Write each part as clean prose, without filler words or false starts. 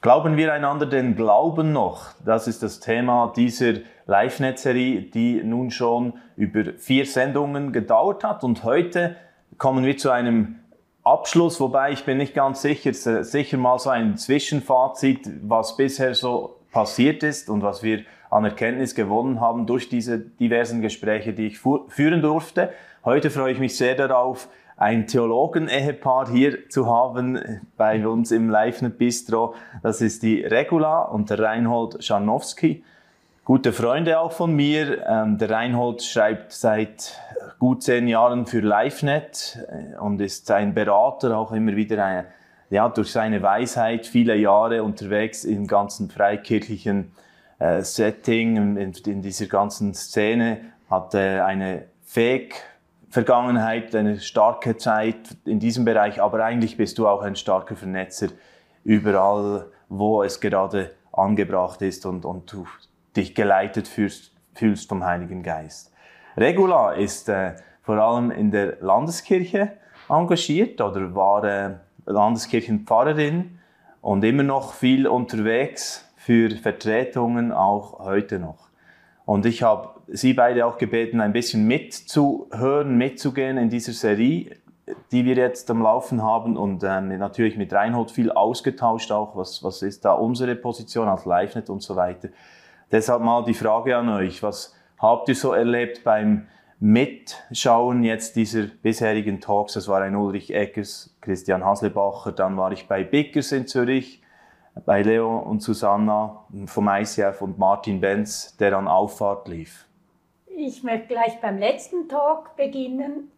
Glauben wir einander den Glauben noch? Das ist das Thema dieser Live-Net-Serie, die nun schon über 4 Sendungen gedauert hat. Und heute kommen wir zu einem Abschluss, wobei ich bin nicht ganz sicher, sicher mal so ein Zwischenfazit, was bisher so passiert ist und was wir an Erkenntnis gewonnen haben durch diese diversen Gespräche, die ich führen durfte. Heute freue ich mich sehr darauf, ein Theologen-Ehepaar hier zu haben bei uns im Live-Net Bistro. Das ist die Regula und der Reinhold Scharnowski. Gute Freunde auch von mir. Der Reinhold schreibt seit gut 10 Jahren für Live-Net und ist ein Berater, auch immer wieder durch seine Weisheit viele Jahre unterwegs im ganzen freikirchlichen Setting, in dieser ganzen Szene, hat eine Vergangenheit, eine starke Zeit in diesem Bereich, aber eigentlich bist du auch ein starker Vernetzer überall, wo es gerade angebracht ist und du dich geleitet fühlst vom Heiligen Geist. Regula ist vor allem in der Landeskirche engagiert oder war Landeskirchenpfarrerin und immer noch viel unterwegs für Vertretungen, auch heute noch. Und ich habe Sie beide auch gebeten, ein bisschen mitzuhören, mitzugehen in dieser Serie, die wir jetzt am Laufen haben und natürlich mit Reinhold viel ausgetauscht auch, was ist da unsere Position als Live-Net und so weiter. Deshalb mal die Frage an euch, was habt ihr so erlebt beim Mitschauen jetzt dieser bisherigen Talks? Das war ein Ulrich Eggers, Christian Haslebacher, dann war ich bei Bickers in Zürich, bei Leo und Susanna vom ICF und Martin Benz, der an Auffahrt lief. Ich möchte gleich beim letzten Talk beginnen.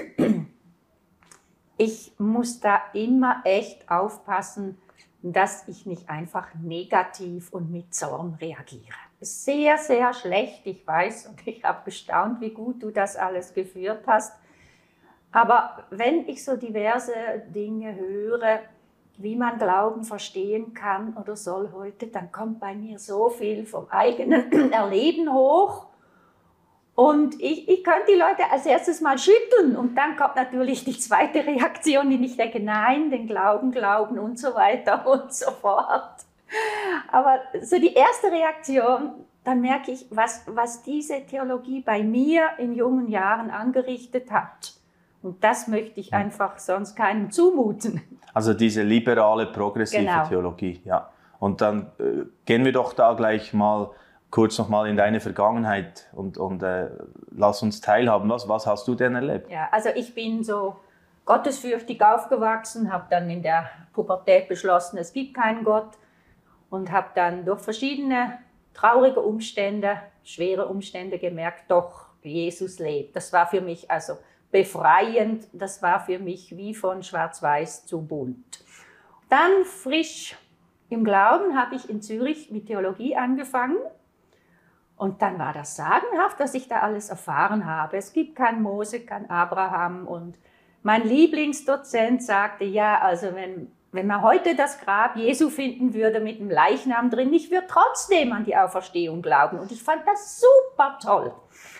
Ich muss da immer echt aufpassen, dass ich nicht einfach negativ und mit Zorn reagiere. Sehr, sehr schlecht, ich weiß, und ich habe gestaunt, wie gut du das alles geführt hast. Aber wenn ich so diverse Dinge höre, wie man Glauben verstehen kann oder soll heute, dann kommt bei mir so viel vom eigenen Erleben hoch. Und ich könnte die Leute als erstes mal schütteln und dann kommt natürlich die zweite Reaktion, die ich denke, nein, den Glauben und so weiter und so fort. Aber so die erste Reaktion, dann merke ich, was diese Theologie bei mir in jungen Jahren angerichtet hat. Und das möchte ich einfach sonst keinem zumuten. Also diese liberale, progressive Theologie, ja. Und dann gehen wir doch da gleich mal kurz noch mal in deine Vergangenheit und lass uns teilhaben. Was hast du denn erlebt? Ja, also ich bin so gottesfürchtig aufgewachsen, habe dann in der Pubertät beschlossen, es gibt keinen Gott und habe dann durch verschiedene traurige Umstände, schwere Umstände gemerkt, doch, Jesus lebt. Das war für mich also befreiend, das war für mich wie von schwarz-weiß zu bunt. Dann frisch im Glauben habe ich in Zürich mit Theologie angefangen. Und dann war das sagenhaft, was ich da alles erfahren habe. Es gibt keinen Mose, keinen Abraham. Und mein Lieblingsdozent sagte, ja, also wenn man heute das Grab Jesu finden würde mit dem Leichnam drin, ich würde trotzdem an die Auferstehung glauben. Und ich fand das super toll.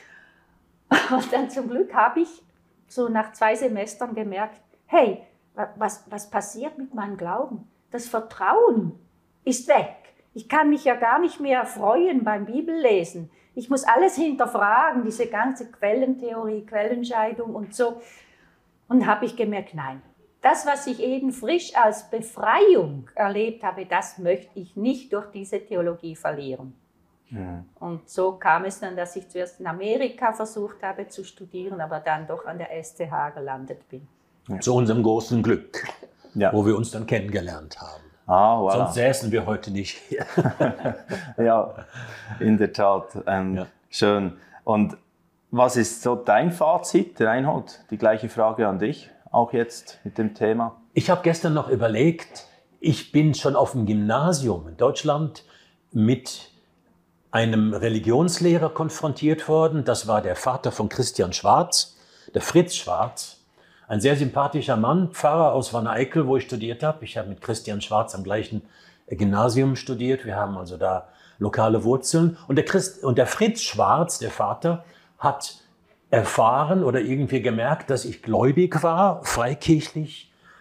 Und dann zum Glück habe ich so nach 2 Semestern gemerkt, hey, was passiert mit meinem Glauben? Das Vertrauen ist weg. Ich kann mich ja gar nicht mehr freuen beim Bibellesen. Ich muss alles hinterfragen, diese ganze Quellentheorie, Quellenscheidung und so. Und habe ich gemerkt, nein, das, was ich eben frisch als Befreiung erlebt habe, das möchte ich nicht durch diese Theologie verlieren. Ja. Und so kam es dann, dass ich zuerst in Amerika versucht habe zu studieren, aber dann doch an der SCH gelandet bin. Ja. Zu unserem großen Glück, wo wir uns dann kennengelernt haben. Voilà. Sonst säßen wir heute nicht hier. Ja, in der Tat. Schön. Und was ist so dein Fazit, Reinhold? Die gleiche Frage an dich, auch jetzt mit dem Thema. Ich habe gestern noch überlegt, ich bin schon auf dem Gymnasium in Deutschland mit einem Religionslehrer konfrontiert worden. Das war der Vater von Christian Schwarz, der Fritz Schwarz. Ein sehr sympathischer Mann, Pfarrer aus Wanne-Eickel, wo ich studiert habe. Ich habe mit Christian Schwarz am gleichen Gymnasium studiert. Wir haben also da lokale Wurzeln. Und der Fritz Schwarz, der Vater, hat erfahren oder irgendwie gemerkt, dass ich gläubig war, freikirchlich,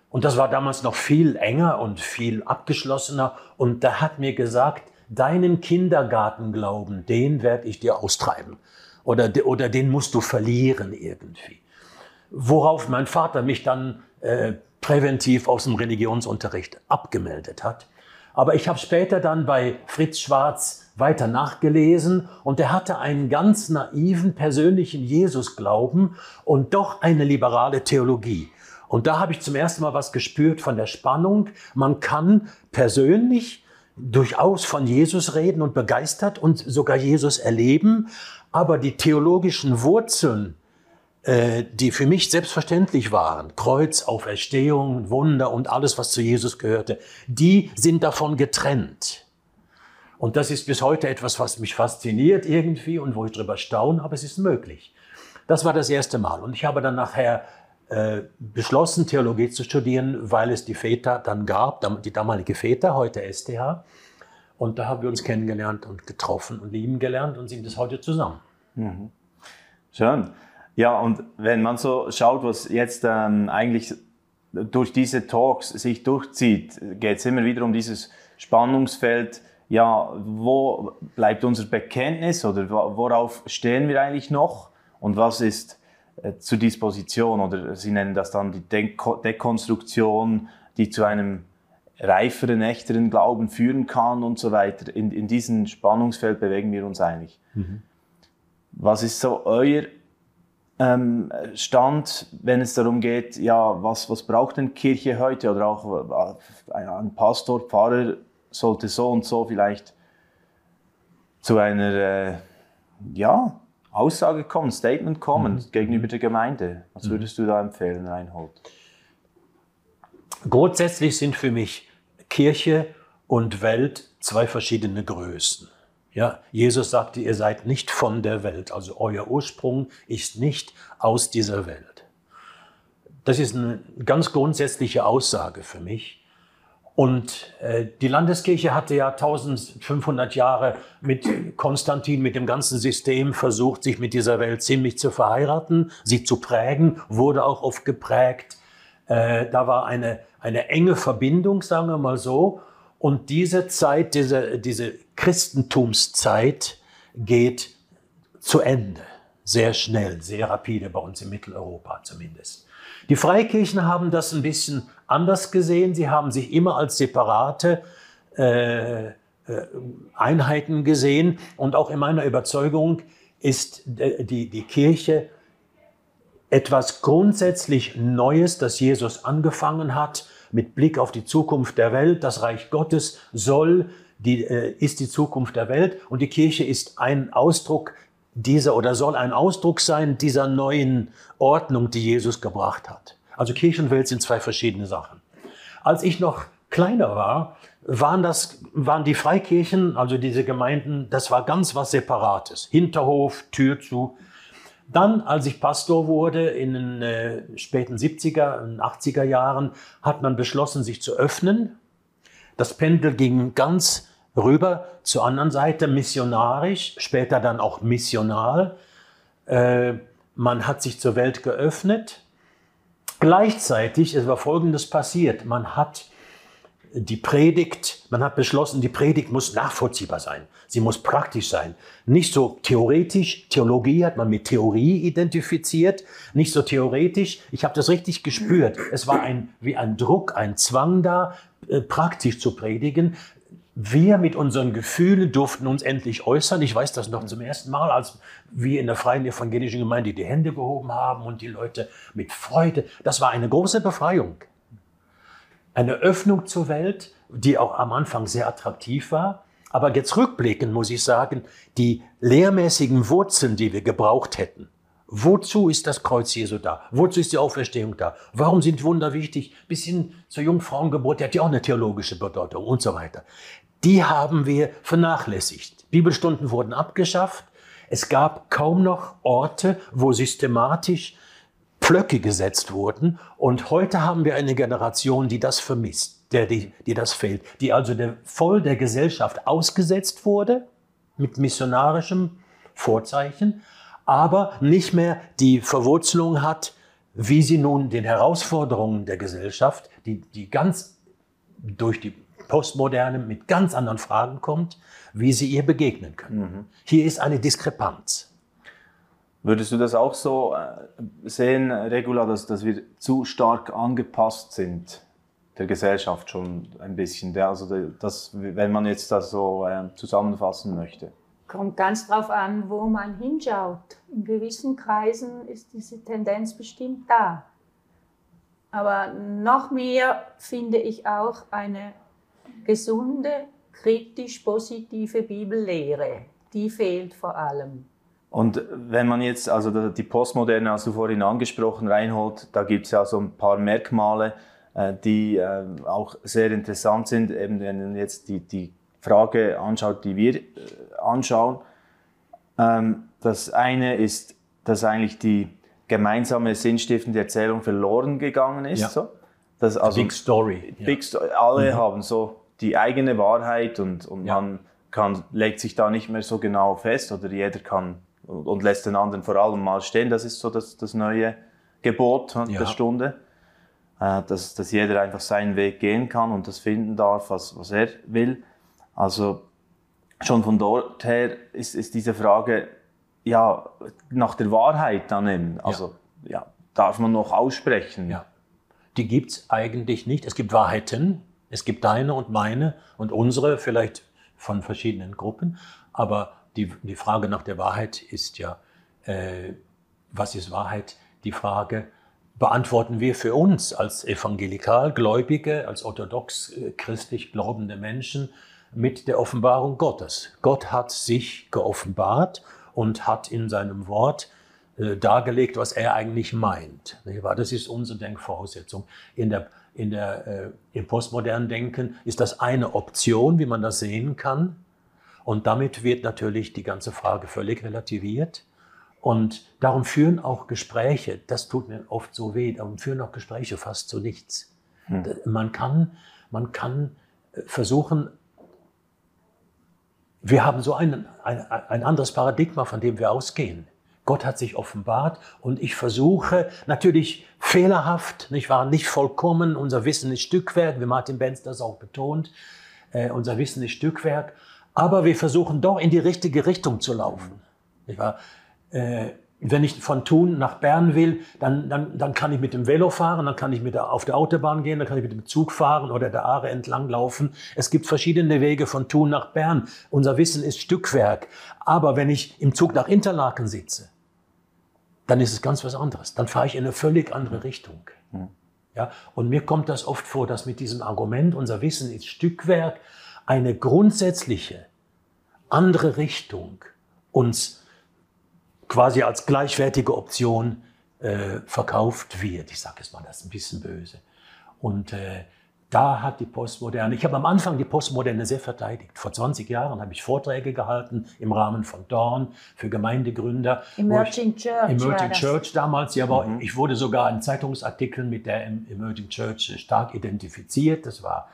Und das war damals noch viel enger und viel abgeschlossener. Und da hat mir gesagt, deinen Kindergartenglauben, den werde ich dir austreiben. Oder den musst du verlieren irgendwie. Worauf mein Vater mich dann präventiv aus dem Religionsunterricht abgemeldet hat. Aber ich habe später dann bei Fritz Schwarz weiter nachgelesen und er hatte einen ganz naiven persönlichen Jesusglauben und doch eine liberale Theologie. Und da habe ich zum ersten Mal was gespürt von der Spannung. Man kann persönlich durchaus von Jesus reden und begeistert und sogar Jesus erleben, aber die theologischen Wurzeln, die für mich selbstverständlich waren, Kreuz, Auferstehung, Wunder und alles, was zu Jesus gehörte, die sind davon getrennt. Und das ist bis heute etwas, was mich fasziniert irgendwie und wo ich drüber staune, aber es ist möglich. Das war das erste Mal. Und ich habe dann nachher beschlossen, Theologie zu studieren, weil es die Väter dann gab, die damalige Väter, heute STH. Und da haben wir uns kennengelernt und getroffen und lieben gelernt und sind bis heute zusammen. Mhm. Schön. Ja, und wenn man so schaut, was jetzt eigentlich durch diese Talks sich durchzieht, geht es immer wieder um dieses Spannungsfeld, ja, wo bleibt unser Bekenntnis oder worauf stehen wir eigentlich noch und was ist zur Disposition, oder Sie nennen das dann die Dekonstruktion, die zu einem reiferen, echteren Glauben führen kann und so weiter. In diesem Spannungsfeld bewegen wir uns eigentlich. Mhm. Was ist so euer Stand, wenn es darum geht, ja, was braucht denn Kirche heute, oder auch ein Pastor, Pfarrer sollte so und so vielleicht zu einer Aussage kommen, Statement kommen gegenüber der Gemeinde. Was würdest du da empfehlen, Reinhold? Grundsätzlich sind für mich Kirche und Welt zwei verschiedene Größen. Ja, Jesus sagte, ihr seid nicht von der Welt, also euer Ursprung ist nicht aus dieser Welt. Das ist eine ganz grundsätzliche Aussage für mich. Und die Landeskirche hatte ja 1500 Jahre mit Konstantin, mit dem ganzen System versucht, sich mit dieser Welt ziemlich zu verheiraten, sie zu prägen, wurde auch oft geprägt. Da war eine enge Verbindung, sagen wir mal so. Und diese Zeit, diese Christentumszeit geht zu Ende. Sehr schnell, sehr rapide, bei uns in Mitteleuropa zumindest. Die Freikirchen haben das ein bisschen anders gesehen. Sie haben sich immer als separate Einheiten gesehen. Und auch in meiner Überzeugung ist die Kirche etwas grundsätzlich Neues, das Jesus angefangen hat, mit Blick auf die Zukunft der Welt. Das Reich Gottes ist die Zukunft der Welt. Und die Kirche ist ein Ausdruck soll ein Ausdruck sein dieser neuen Ordnung, die Jesus gebracht hat. Also Kirche und Welt sind zwei verschiedene Sachen. Als ich noch kleiner war, waren die Freikirchen, also diese Gemeinden, das war ganz was Separates. Hinterhof, Tür zu. Dann, als ich Pastor wurde, in den späten 70er und 80er Jahren, hat man beschlossen, sich zu öffnen. Das Pendel ging ganz rüber zur anderen Seite, missionarisch, später dann auch missional. Man hat sich zur Welt geöffnet. Gleichzeitig ist aber Folgendes passiert. Man hat beschlossen, die Predigt muss nachvollziehbar sein. Sie muss praktisch sein. Nicht so theoretisch. Theologie hat man mit Theorie identifiziert. Nicht so theoretisch. Ich habe das richtig gespürt. Es war wie ein Druck, ein Zwang da, praktisch zu predigen. Wir mit unseren Gefühlen durften uns endlich äußern. Ich weiß das noch zum ersten Mal, als wir in der Freien Evangelischen Gemeinde die Hände gehoben haben und die Leute mit Freude. Das war eine große Befreiung. Eine Öffnung zur Welt, die auch am Anfang sehr attraktiv war. Aber jetzt rückblickend muss ich sagen, die lehrmäßigen Wurzeln, die wir gebraucht hätten. Wozu ist das Kreuz Jesu da? Wozu ist die Auferstehung da? Warum sind Wunder wichtig? Bis hin zur Jungfrauengeburt, die hat ja auch eine theologische Bedeutung und so weiter. Die haben wir vernachlässigt. Bibelstunden wurden abgeschafft. Es gab kaum noch Orte, wo systematisch Pflöcke gesetzt wurden. Und heute haben wir eine Generation, die das vermisst, die das fehlt, die also voll der Gesellschaft ausgesetzt wurde, mit missionarischem Vorzeichen, aber nicht mehr die Verwurzelung hat, wie sie nun den Herausforderungen der Gesellschaft, die ganz durch die Postmoderne mit ganz anderen Fragen kommt, wie sie ihr begegnen können. Hier ist eine Diskrepanz. Würdest du das auch so sehen, Regula, dass wir zu stark angepasst sind, der Gesellschaft schon ein bisschen? Wenn man jetzt das so zusammenfassen möchte. Kommt ganz drauf an, wo man hinschaut. In gewissen Kreisen ist diese Tendenz bestimmt da. Aber noch mehr finde ich auch eine gesunde, kritisch positive Bibellehre. Die fehlt vor allem. Und wenn man jetzt also die Postmoderne, hast du vorhin angesprochen, reinholt, da gibt es ja so ein paar Merkmale, die auch sehr interessant sind. Eben wenn man jetzt die Frage anschaut, die wir anschauen. Das eine ist, dass eigentlich die gemeinsame sinnstiftende Erzählung verloren gegangen ist. Ja. So. Das, also, Big Story. Alle haben so die eigene Wahrheit und man legt sich da nicht mehr so genau fest oder jeder kann und lässt den anderen vor allem mal stehen. Das ist so das neue Gebot der Stunde, dass jeder einfach seinen Weg gehen kann und das finden darf, was er will. Also schon von dort her ist diese Frage nach der Wahrheit dann eben. Also darf man noch aussprechen? Ja. Die gibt es eigentlich nicht. Es gibt Wahrheiten, es gibt deine und meine und unsere, vielleicht von verschiedenen Gruppen, aber die Frage nach der Wahrheit ist ja, was ist Wahrheit? Die Frage beantworten wir für uns als evangelikal-Gläubige, als orthodox-christlich glaubende Menschen mit der Offenbarung Gottes. Gott hat sich geoffenbart und hat in seinem Wort dargelegt, was er eigentlich meint. Das ist unsere Denkvoraussetzung. Im postmodernen Denken ist das eine Option, wie man das sehen kann. Und damit wird natürlich die ganze Frage völlig relativiert. Und darum führen auch Gespräche, das tut mir oft so weh, darum führen auch Gespräche fast zu nichts. Man kann versuchen, wir haben so ein anderes Paradigma, von dem wir ausgehen. Gott hat sich offenbart und ich versuche, natürlich fehlerhaft, nicht wahr, nicht vollkommen, unser Wissen ist Stückwerk, wie Martin Benz das auch betont, unser Wissen ist Stückwerk, aber wir versuchen doch in die richtige Richtung zu laufen. Nicht wahr? Wenn ich von Thun nach Bern will, dann kann ich mit dem Velo fahren, dann kann ich auf der Autobahn gehen, dann kann ich mit dem Zug fahren oder der Aare entlang laufen. Es gibt verschiedene Wege von Thun nach Bern. Unser Wissen ist Stückwerk. Aber wenn ich im Zug nach Interlaken sitze, dann ist es ganz was anderes. Dann fahre ich in eine völlig andere Richtung. Ja? Und mir kommt das oft vor, dass mit diesem Argument, unser Wissen ist Stückwerk, eine grundsätzliche andere Richtung uns quasi als gleichwertige Option verkauft wird. Ich sage es mal, das ist ein bisschen böse. Und da hat die Postmoderne, ich habe am Anfang die Postmoderne sehr verteidigt. Vor 20 Jahren habe ich Vorträge gehalten im Rahmen von Dorn für Gemeindegründer. Emerging Church. Emerging Church damals, ja, aber ich wurde sogar in Zeitungsartikeln mit der Emerging Church stark identifiziert. Das war,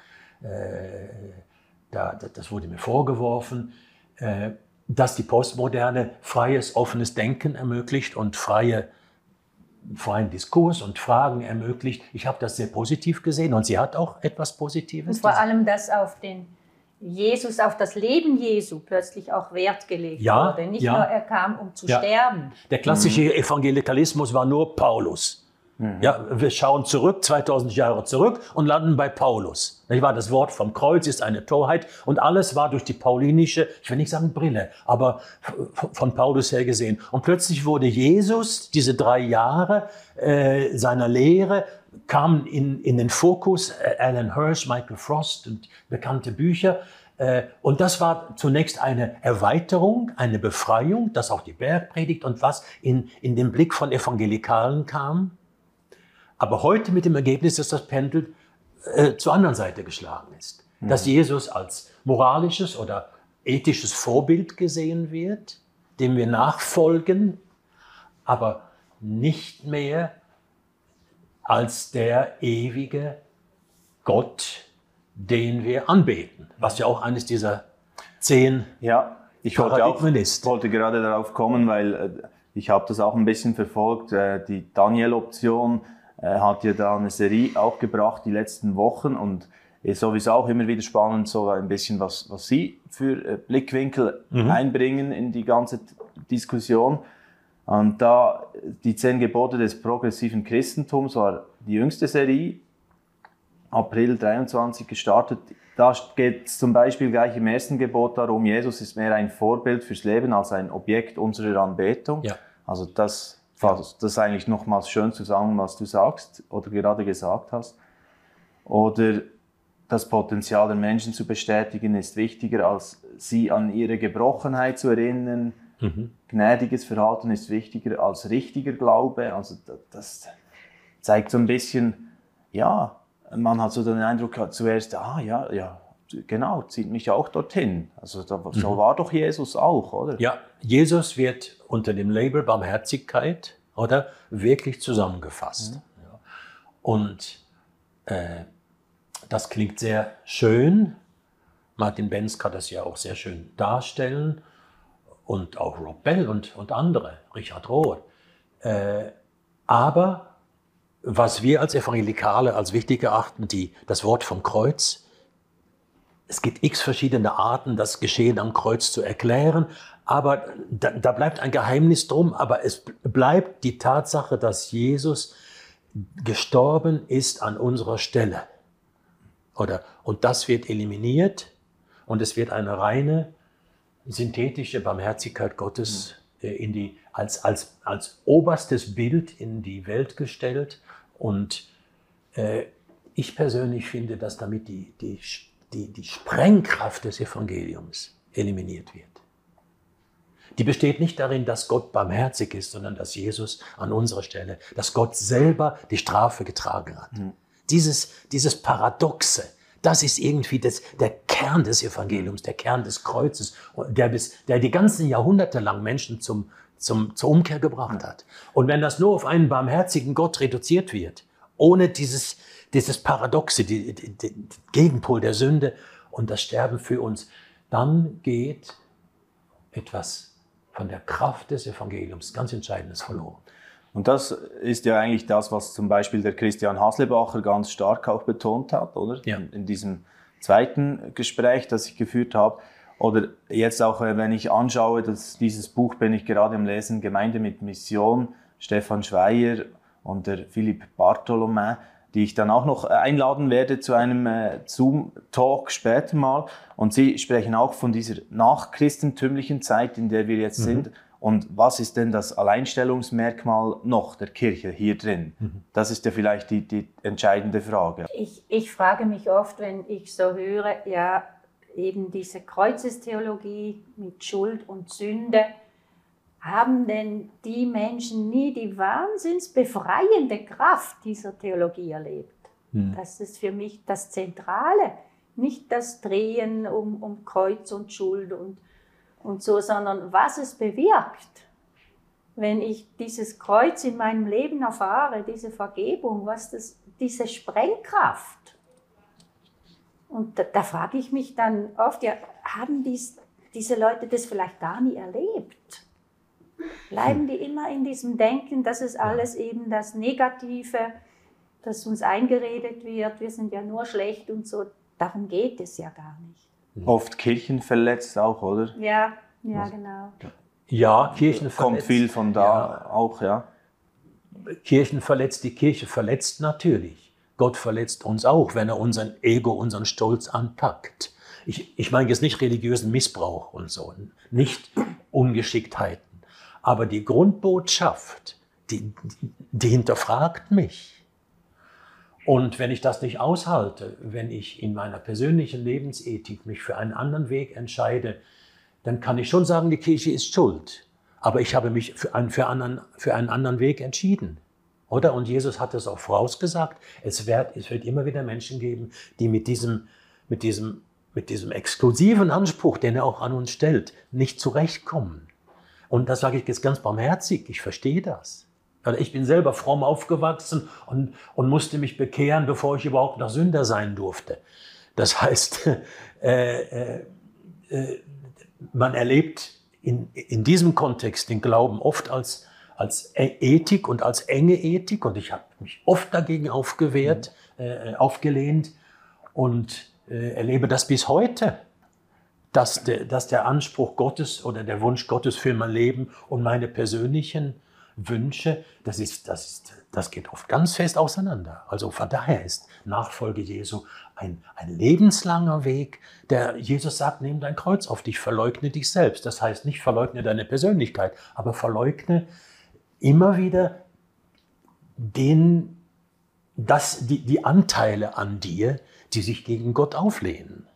das wurde mir vorgeworfen, dass die Postmoderne freies, offenes Denken ermöglicht und freien Diskurs und Fragen ermöglicht. Ich habe das sehr positiv gesehen und sie hat auch etwas Positives. Und vor allem, dass auf das Leben Jesu plötzlich auch Wert gelegt wurde. Nicht nur er kam, um zu sterben. Der klassische Evangelikalismus war nur Paulus. Ja, wir schauen zurück, 2000 Jahre zurück und landen bei Paulus. Das Wort vom Kreuz ist eine Torheit und alles war durch die paulinische, ich will nicht sagen Brille, aber von Paulus her gesehen. Und plötzlich wurde Jesus, diese 3 Jahre seiner Lehre, kam in den Fokus, Alan Hirsch, Michael Frost und bekannte Bücher. Und das war zunächst eine Erweiterung, eine Befreiung, das auch die Bergpredigt und was in den Blick von Evangelikalen kam. Aber heute mit dem Ergebnis, dass das Pendel zur anderen Seite geschlagen ist. Dass Jesus als moralisches oder ethisches Vorbild gesehen wird, dem wir nachfolgen, aber nicht mehr als der ewige Gott, den wir anbeten. Was ja auch eines dieser 10 ich wollte gerade darauf kommen, weil Ich habe das auch ein bisschen verfolgt. Die Daniel-Option hat ja da eine Serie auch gebracht die letzten Wochen und ist sowieso auch immer wieder spannend, so ein bisschen, was Sie für Blickwinkel einbringen in die ganze Diskussion. Und da die 10 Gebote des progressiven Christentums war die jüngste Serie, April 23 gestartet. Da geht es zum Beispiel gleich im ersten Gebot darum, Jesus ist mehr ein Vorbild fürs Leben als ein Objekt unserer Anbetung. Ja. Also das ist eigentlich nochmals schön zu sagen, was du sagst oder gerade gesagt hast. Oder das Potenzial der Menschen zu bestätigen ist wichtiger, als sie an ihre Gebrochenheit zu erinnern. Gnädiges Verhalten ist wichtiger als richtiger Glaube. Also das zeigt so ein bisschen, ja, man hat so den Eindruck zuerst, ja, genau, zieht mich auch dorthin. Also so war doch Jesus auch, oder? Ja, Jesus wird unter dem Label Barmherzigkeit, oder, wirklich zusammengefasst. Ja. Und das klingt sehr schön. Martin Benz kann das ja auch sehr schön darstellen. Und auch Rob Bell und andere, Richard Rohr. Aber was wir als Evangelikale als wichtig erachten, das Wort vom Kreuz, es gibt x verschiedene Arten, das Geschehen am Kreuz zu erklären, aber da bleibt ein Geheimnis drum, aber es bleibt die Tatsache, dass Jesus gestorben ist an unserer Stelle. Und das wird eliminiert und es wird eine reine synthetische Barmherzigkeit Gottes als oberstes Bild in die Welt gestellt. Und ich persönlich finde, dass damit die Sprengkraft des Evangeliums eliminiert wird. Die besteht nicht darin, dass Gott barmherzig ist, sondern dass Jesus an unserer Stelle, dass Gott selber die Strafe getragen hat. Dieses Paradoxe, das ist irgendwie der Kern des Evangeliums, der Kern des Kreuzes, der die ganzen Jahrhunderte lang Menschen zur Umkehr gebracht hat. Und wenn das nur auf einen barmherzigen Gott reduziert wird, ohne dieses Paradoxe, den Gegenpol der Sünde und das Sterben für uns, dann geht etwas von der Kraft des Evangeliums, ganz Entscheidendes, verloren. Und das ist ja eigentlich das, was zum Beispiel der Christian Haslebacher ganz stark auch betont hat, oder? Ja. In diesem zweiten Gespräch, das ich geführt habe. Oder jetzt auch, wenn ich anschaue, dieses Buch bin ich gerade am Lesen, Gemeinde mit Mission, Stefan Schweier und der Philipp Bartholomäu, die ich dann auch noch einladen werde zu einem Zoom-Talk später mal. Und sie sprechen auch von dieser nachchristentümlichen Zeit, in der wir jetzt sind. Und was ist denn das Alleinstellungsmerkmal noch der Kirche hier drin? Das ist ja vielleicht die entscheidende Frage. Ich frage mich oft, wenn ich so höre, ja, eben diese Kreuzestheologie mit Schuld und Sünde, haben denn die Menschen nie die wahnsinnsbefreiende Kraft dieser Theologie erlebt? Das ist für mich das Zentrale, nicht das Drehen um Kreuz und Schuld und so, sondern was es bewirkt, wenn ich dieses Kreuz in meinem Leben erfahre, diese Vergebung, diese Sprengkraft. Und da frage ich mich dann oft, ja, haben diese Leute das vielleicht gar nie erlebt? Bleiben die immer in diesem Denken, das ist alles eben das Negative, das uns eingeredet wird, wir sind ja nur schlecht und so. Darum geht es ja gar nicht. Oft kirchenverletzt auch, oder? Ja, genau. Ja, kirchenverletzt. Kommt viel von da auch, ja. Kirchenverletzt, die Kirche verletzt natürlich. Gott verletzt uns auch, wenn er unseren Ego, unseren Stolz anpackt. Ich meine jetzt nicht religiösen Missbrauch und so, nicht Ungeschicktheiten. Aber die Grundbotschaft, die hinterfragt mich. Und wenn ich das nicht aushalte, wenn ich in meiner persönlichen Lebensethik mich für einen anderen Weg entscheide, dann kann ich schon sagen, die Kirche ist schuld. Aber ich habe mich für einen anderen Weg entschieden. Oder? Und Jesus hat es auch vorausgesagt. Es wird immer wieder Menschen geben, die mit diesem exklusiven Anspruch, den er auch an uns stellt, nicht zurechtkommen. Und das sage ich jetzt ganz barmherzig, ich verstehe das. Ich bin selber fromm aufgewachsen und musste mich bekehren, bevor ich überhaupt noch Sünder sein durfte. Das heißt, man erlebt in diesem Kontext den Glauben oft als Ethik und als enge Ethik, und ich habe mich oft dagegen aufgelehnt und erlebe das bis heute, dass der Anspruch Gottes oder der Wunsch Gottes für mein Leben und meine persönlichen Wünsche, das geht oft ganz fest auseinander. Also von daher ist Nachfolge Jesu ein lebenslanger Weg, der Jesus sagt, nimm dein Kreuz auf dich, verleugne dich selbst. Das heißt nicht, verleugne deine Persönlichkeit, aber verleugne immer wieder die Anteile an dir, die sich gegen Gott auflehnen.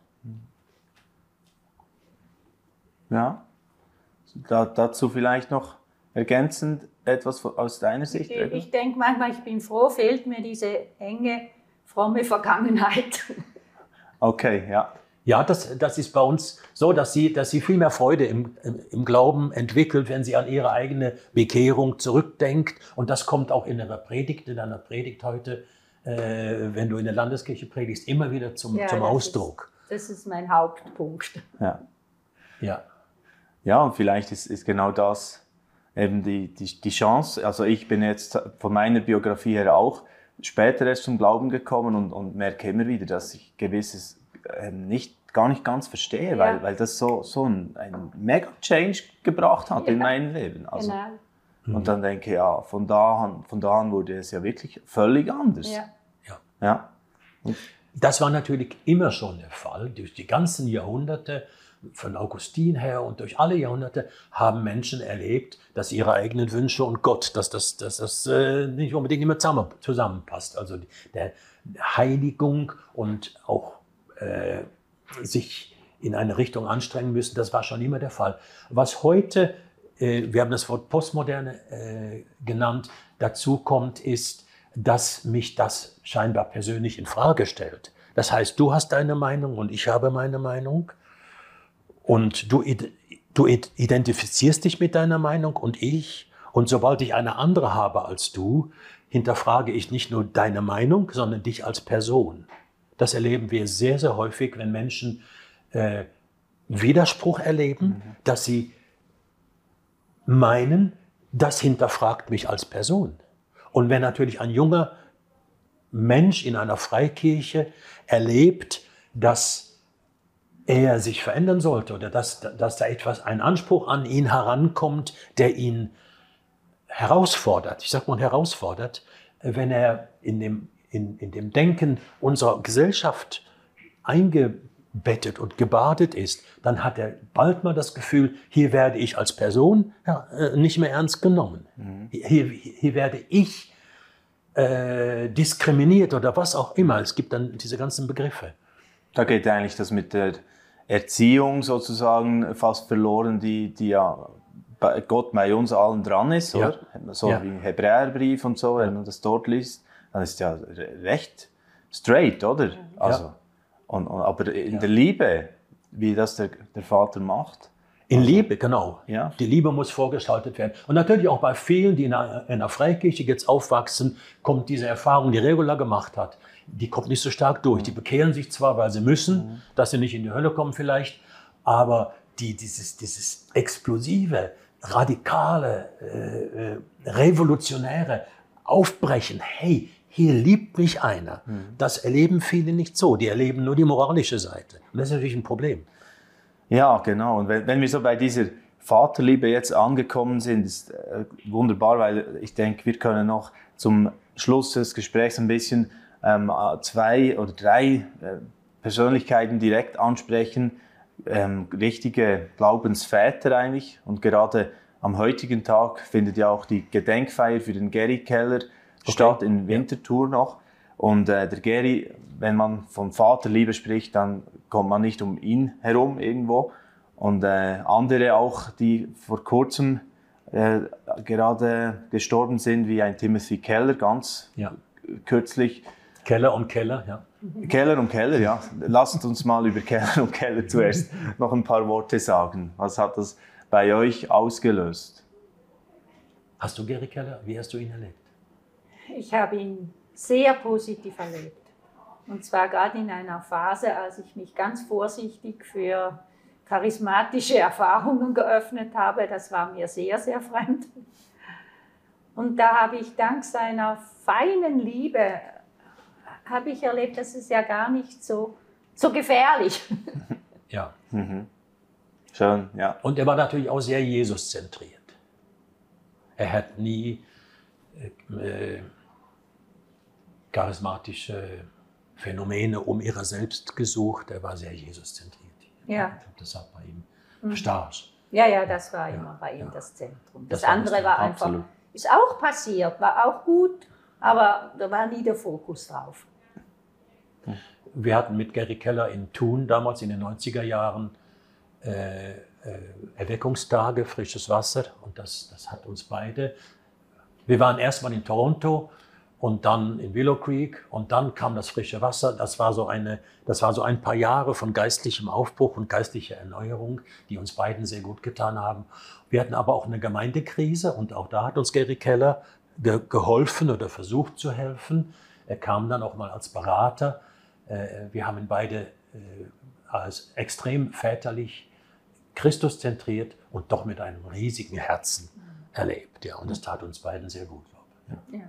Ja, dazu vielleicht noch ergänzend etwas aus deiner Sicht? Ich denke manchmal, ich bin froh, fehlt mir diese enge, fromme Vergangenheit. Okay, ja. Ja, das ist bei uns so, dass sie viel mehr Freude im Glauben entwickelt, wenn sie an ihre eigene Bekehrung zurückdenkt. Und das kommt auch in deiner Predigt heute, wenn du in der Landeskirche predigst, immer wieder zum Ausdruck. Das ist mein Hauptpunkt. Ja. Ja. Ja, und vielleicht ist genau das eben die Chance. Also ich bin jetzt von meiner Biografie her auch später erst zum Glauben gekommen und merke immer wieder, dass ich gewisses gar nicht ganz verstehe, Ja. weil das so ein Mega-Change gebracht hat in mein Leben. Also, Genau. und dann denke ich, ja, von da an wurde es ja wirklich völlig anders. Ja. Ja. Das war natürlich immer schon der Fall. Durch die ganzen Jahrhunderte, von Augustin her und durch alle Jahrhunderte, haben Menschen erlebt, dass ihre eigenen Wünsche und Gott, dass das nicht unbedingt immer zusammenpasst. Also der Heiligung und auch sich in eine Richtung anstrengen müssen, das war schon immer der Fall. Was heute, wir haben das Wort Postmoderne genannt, dazu kommt, ist, dass mich das scheinbar persönlich in Frage stellt. Das heißt, du hast deine Meinung und ich habe meine Meinung und du identifizierst dich mit deiner Meinung und ich, und sobald ich eine andere habe als du, hinterfrage ich nicht nur deine Meinung, sondern dich als Person. Das erleben wir sehr, sehr häufig, wenn Menschen Widerspruch erleben, dass sie meinen, das hinterfragt mich als Person. Und wenn natürlich ein junger Mensch in einer Freikirche erlebt, dass er sich verändern sollte oder dass da ein Anspruch an ihn herankommt, der ihn herausfordert, ich sage mal herausfordert, wenn er in dem Denken unserer Gesellschaft eingebettet und gebadet ist, dann hat er bald mal das Gefühl, hier werde ich als Person nicht mehr ernst genommen. Hier werde ich diskriminiert oder was auch immer. Es gibt dann diese ganzen Begriffe. Da geht eigentlich das mit der Erziehung sozusagen fast verloren, die ja bei Gott bei uns allen dran ist, oder? So wie im Hebräerbrief und so, wenn man das dort liest, dann ist ja recht straight, oder? Also, aber in der Liebe, wie das der Vater macht. In Liebe, genau. Ja. Die Liebe muss vorgestaltet werden. Und natürlich auch bei vielen, die in einer Freikirche jetzt aufwachsen, kommt diese Erfahrung, die Regula gemacht hat, die kommt nicht so stark durch. Die bekehren sich zwar, weil sie müssen, dass sie nicht in die Hölle kommen vielleicht, aber dieses explosive, radikale, revolutionäre Aufbrechen, hey, hier liebt mich einer. Das erleben viele nicht so. Die erleben nur die moralische Seite. Und das ist natürlich ein Problem. Ja, genau. Und wenn wir so bei dieser Vaterliebe jetzt angekommen sind, ist wunderbar, weil ich denke, wir können noch zum Schluss des Gesprächs ein bisschen 2 oder 3 Persönlichkeiten direkt ansprechen, richtige Glaubensväter eigentlich. Und gerade am heutigen Tag findet ja auch die Gedenkfeier für den Gary Keller statt, in Winterthur noch. Und der Gary, wenn man von Vaterliebe spricht, dann kommt man nicht um ihn herum irgendwo. Und andere auch, die vor kurzem gerade gestorben sind, wie ein Timothy Keller, ganz kürzlich. Keller und Keller, ja. Keller und Keller, ja. Lasst uns mal über Keller und Keller zuerst noch ein paar Worte sagen. Was hat das bei euch ausgelöst? Hast du Gary Keller? Wie hast du ihn erlebt? Ich habe ihn sehr positiv erlebt. Und zwar gerade in einer Phase, als ich mich ganz vorsichtig für charismatische Erfahrungen geöffnet habe. Das war mir sehr, sehr fremd. Und da habe ich dank seiner feinen Liebe habe ich erlebt, das ist ja gar nicht so gefährlich. Ja. Schön, ja. Und er war natürlich auch sehr Jesus-zentriert. Er hat nie charismatische Phänomene um ihrer selbst gesucht. Er war sehr Jesus-zentriert. Ja. Ich glaube, das hat bei ihm stark. Ja, das war immer bei ihm das Zentrum. Das andere war einfach, absolut. ist auch passiert, war auch gut, aber da war nie der Fokus drauf. Wir hatten mit Gary Keller in Thun damals in den 90er Jahren Erweckungstage, frisches Wasser, und das hat uns beide. Wir waren erstmal in Toronto und dann in Willow Creek und dann kam das frische Wasser. Das war so ein paar Jahre von geistlichem Aufbruch und geistlicher Erneuerung, die uns beiden sehr gut getan haben. Wir hatten aber auch eine Gemeindekrise und auch da hat uns Gary Keller geholfen oder versucht zu helfen. Er kam dann auch mal als Berater. Wir haben ihn beide als extrem väterlich, Christuszentriert und doch mit einem riesigen Herzen erlebt. Ja, und das tat uns beiden sehr gut, glaube ich. Ja.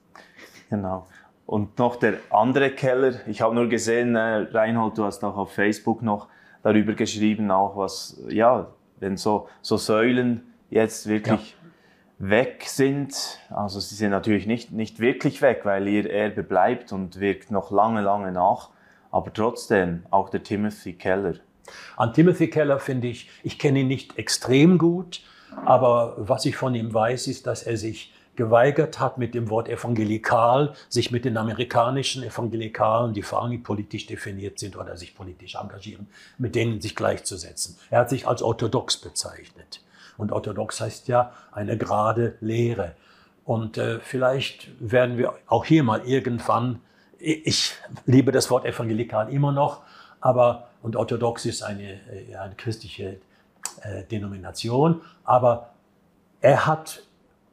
Genau. Und noch der andere Keller, ich habe nur gesehen, Reinhold, du hast auch auf Facebook noch darüber geschrieben, auch was, ja, wenn so Säulen jetzt wirklich weg sind, also sie sind natürlich nicht wirklich weg, weil ihr Erbe bleibt und wirkt noch lange, lange nach, aber trotzdem auch der Timothy Keller. An Timothy Keller finde ich kenne ihn nicht extrem gut, aber was ich von ihm weiß, ist, dass er sich geweigert hat, mit dem Wort evangelikal, sich mit den amerikanischen Evangelikalen, die vor allem politisch definiert sind oder sich politisch engagieren, mit denen sich gleichzusetzen. Er hat sich als orthodox bezeichnet. Und orthodox heißt ja eine gerade Lehre. Und vielleicht werden wir auch hier mal irgendwann, ich liebe das Wort evangelikal immer noch, und orthodox ist eine christliche Denomination, aber er hat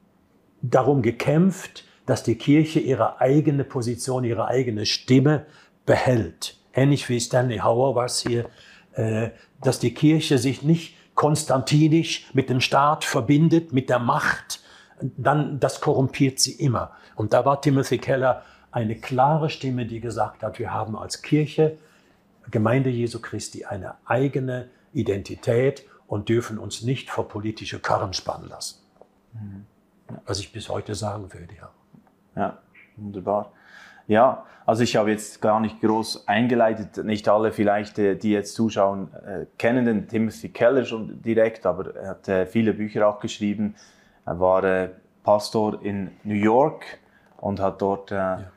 darum gekämpft, dass die Kirche ihre eigene Position, ihre eigene Stimme behält. Ähnlich wie Stanley Hauer war es hier, dass die Kirche sich nicht konstantinisch mit dem Staat verbindet, mit der Macht, dann das korrumpiert sie immer. Und da war Timothy Keller eine klare Stimme, die gesagt hat, wir haben als Kirche, Gemeinde Jesu Christi, eine eigene Identität und dürfen uns nicht vor politische Karren spannen lassen. Was ich bis heute sagen würde, ja. Ja, wunderbar. Ja, also ich habe jetzt gar nicht groß eingeleitet, nicht alle vielleicht, die jetzt zuschauen, kennen den Timothy Keller schon direkt, aber er hat viele Bücher auch geschrieben. Er war Pastor in New York und hat dort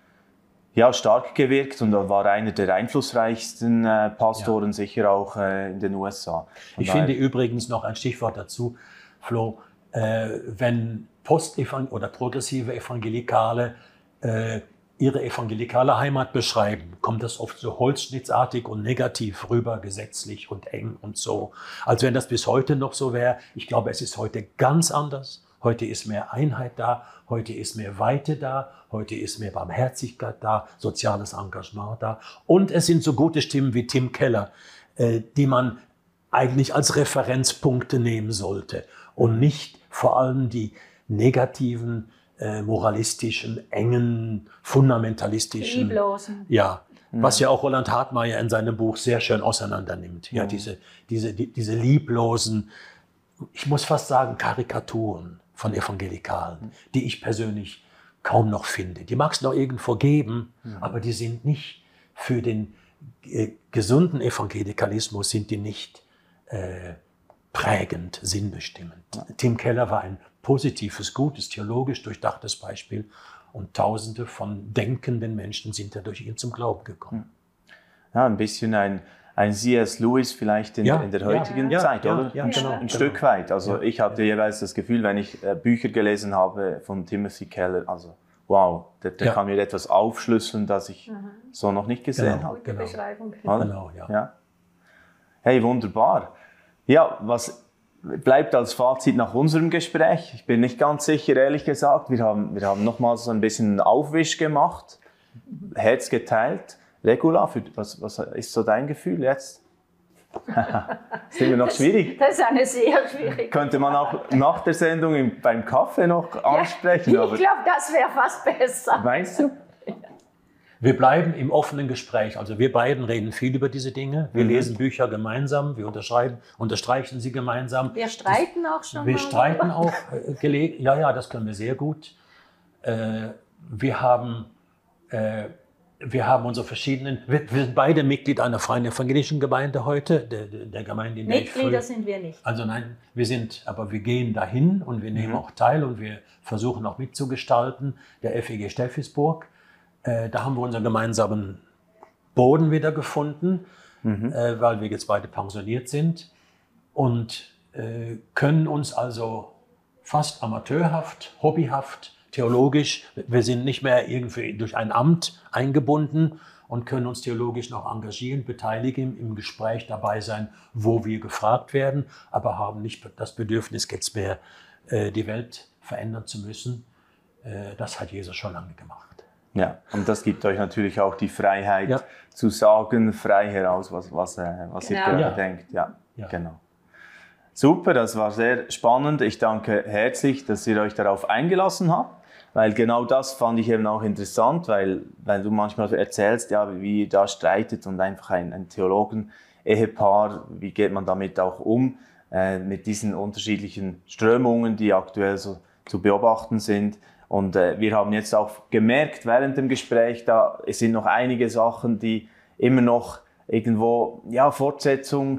stark gewirkt und war einer der einflussreichsten Pastoren, sicher auch in den USA. Ich finde übrigens noch ein Stichwort dazu, Flo, wenn oder progressive Evangelikale ihre evangelikale Heimat beschreiben, kommt das oft so holzschnittartig und negativ rüber, gesetzlich und eng und so, als wenn das bis heute noch so wäre. Ich glaube, es ist heute ganz anders. Heute ist mehr Einheit da, heute ist mehr Weite da, heute ist mehr Barmherzigkeit da, soziales Engagement da. Und es sind so gute Stimmen wie Tim Keller, die man eigentlich als Referenzpunkte nehmen sollte und nicht vor allem die negativen, moralistischen, engen, fundamentalistischen, Lieblosen. Ja, was ja auch Roland Hartmeier in seinem Buch sehr schön auseinandernimmt. Ja, diese lieblosen, ich muss fast sagen, Karikaturen von Evangelikalen, die ich persönlich kaum noch finde. Die mag es noch irgendwo geben, aber die sind nicht für den gesunden Evangelikalismus, sind die nicht prägend, sinnbestimmend. Tim Keller war ein positives, gutes, theologisch durchdachtes Beispiel und Tausende von denkenden Menschen sind dadurch ihn zum Glauben gekommen. Ja, ein bisschen ein C.S. Lewis vielleicht in der heutigen Zeit, oder? Ja, genau. Ein Stück weit. Also ich hatte jeweils das Gefühl, wenn ich Bücher gelesen habe von Timothy Keller, also wow, der kann mir etwas aufschlüsseln, das ich so noch nicht gesehen habe. Gute Beschreibung. Genau, ja. Hey, wunderbar. Ja, was bleibt als Fazit nach unserem Gespräch? Ich bin nicht ganz sicher, ehrlich gesagt. Wir haben nochmals so ein bisschen einen Aufwisch gemacht, Herz geteilt. Regula, was ist so dein Gefühl jetzt? Ist immer noch schwierig. Das ist eine sehr schwierige. Könnte man auch nach der Sendung beim Kaffee noch ansprechen? Ja, ich glaube, das wäre fast besser. Meinst du? Wir bleiben im offenen Gespräch. Also wir beiden reden viel über diese Dinge. Wir lesen Bücher gemeinsam, wir unterstreichen sie gemeinsam. Wir streiten auch schon Wir mal. streiten auch gelegentlich. Ja, das können wir sehr gut. Wir haben unsere verschiedenen. Wir sind beide Mitglied einer freien evangelischen Gemeinde heute, der Gemeinde, in der Mitglieder sind wir nicht. Also nein, aber wir gehen dahin und wir nehmen auch teil und wir versuchen auch mitzugestalten. Der FEG Steffisburg. Da haben wir unseren gemeinsamen Boden wieder gefunden, weil wir jetzt beide pensioniert sind und können uns also fast amateurhaft, hobbyhaft, theologisch, wir sind nicht mehr irgendwie durch ein Amt eingebunden und können uns theologisch noch engagieren, beteiligen, im Gespräch dabei sein, wo wir gefragt werden, aber haben nicht das Bedürfnis, jetzt mehr die Welt verändern zu müssen. Das hat Jesus schon lange gemacht. Ja, und das gibt euch natürlich auch die Freiheit zu sagen, frei heraus, was ihr gerade denkt. Ja, genau. Super, das war sehr spannend. Ich danke herzlich, dass ihr euch darauf eingelassen habt, weil genau das fand ich eben auch interessant, weil du manchmal erzählst, ja, wie ihr da streitet und einfach ein Theologen-Ehepaar, wie geht man damit auch um, mit diesen unterschiedlichen Strömungen, die aktuell so zu beobachten sind. Und wir haben jetzt auch gemerkt während dem Gespräch, da sind noch einige Sachen, die immer noch irgendwo Fortsetzung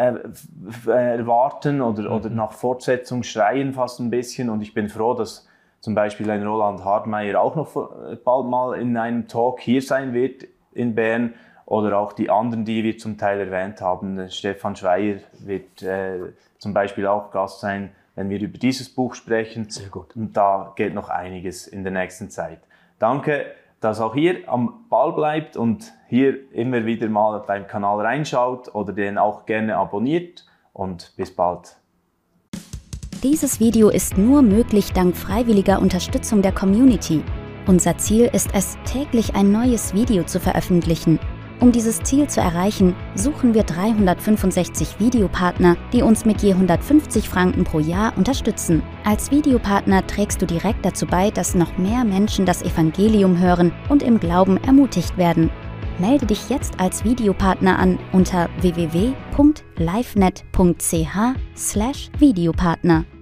erwarten oder nach Fortsetzung schreien fast ein bisschen. Und ich bin froh, dass zum Beispiel ein Roland Hardmeier auch noch bald mal in einem Talk hier sein wird in Bern. Oder auch die anderen, die wir zum Teil erwähnt haben. Stefan Schweier wird zum Beispiel auch Gast sein, wenn wir über dieses Buch sprechen. Sehr gut. Und da geht noch einiges in der nächsten Zeit. Danke, dass auch ihr am Ball bleibt und hier immer wieder mal beim Kanal reinschaut oder den auch gerne abonniert. Und bis bald. Dieses Video ist nur möglich dank freiwilliger Unterstützung der Community. Unser Ziel ist es, täglich ein neues Video zu veröffentlichen. Um dieses Ziel zu erreichen, suchen wir 365 Videopartner, die uns mit je 150 Franken pro Jahr unterstützen. Als Videopartner trägst du direkt dazu bei, dass noch mehr Menschen das Evangelium hören und im Glauben ermutigt werden. Melde dich jetzt als Videopartner an unter www.livenet.ch/Videopartner.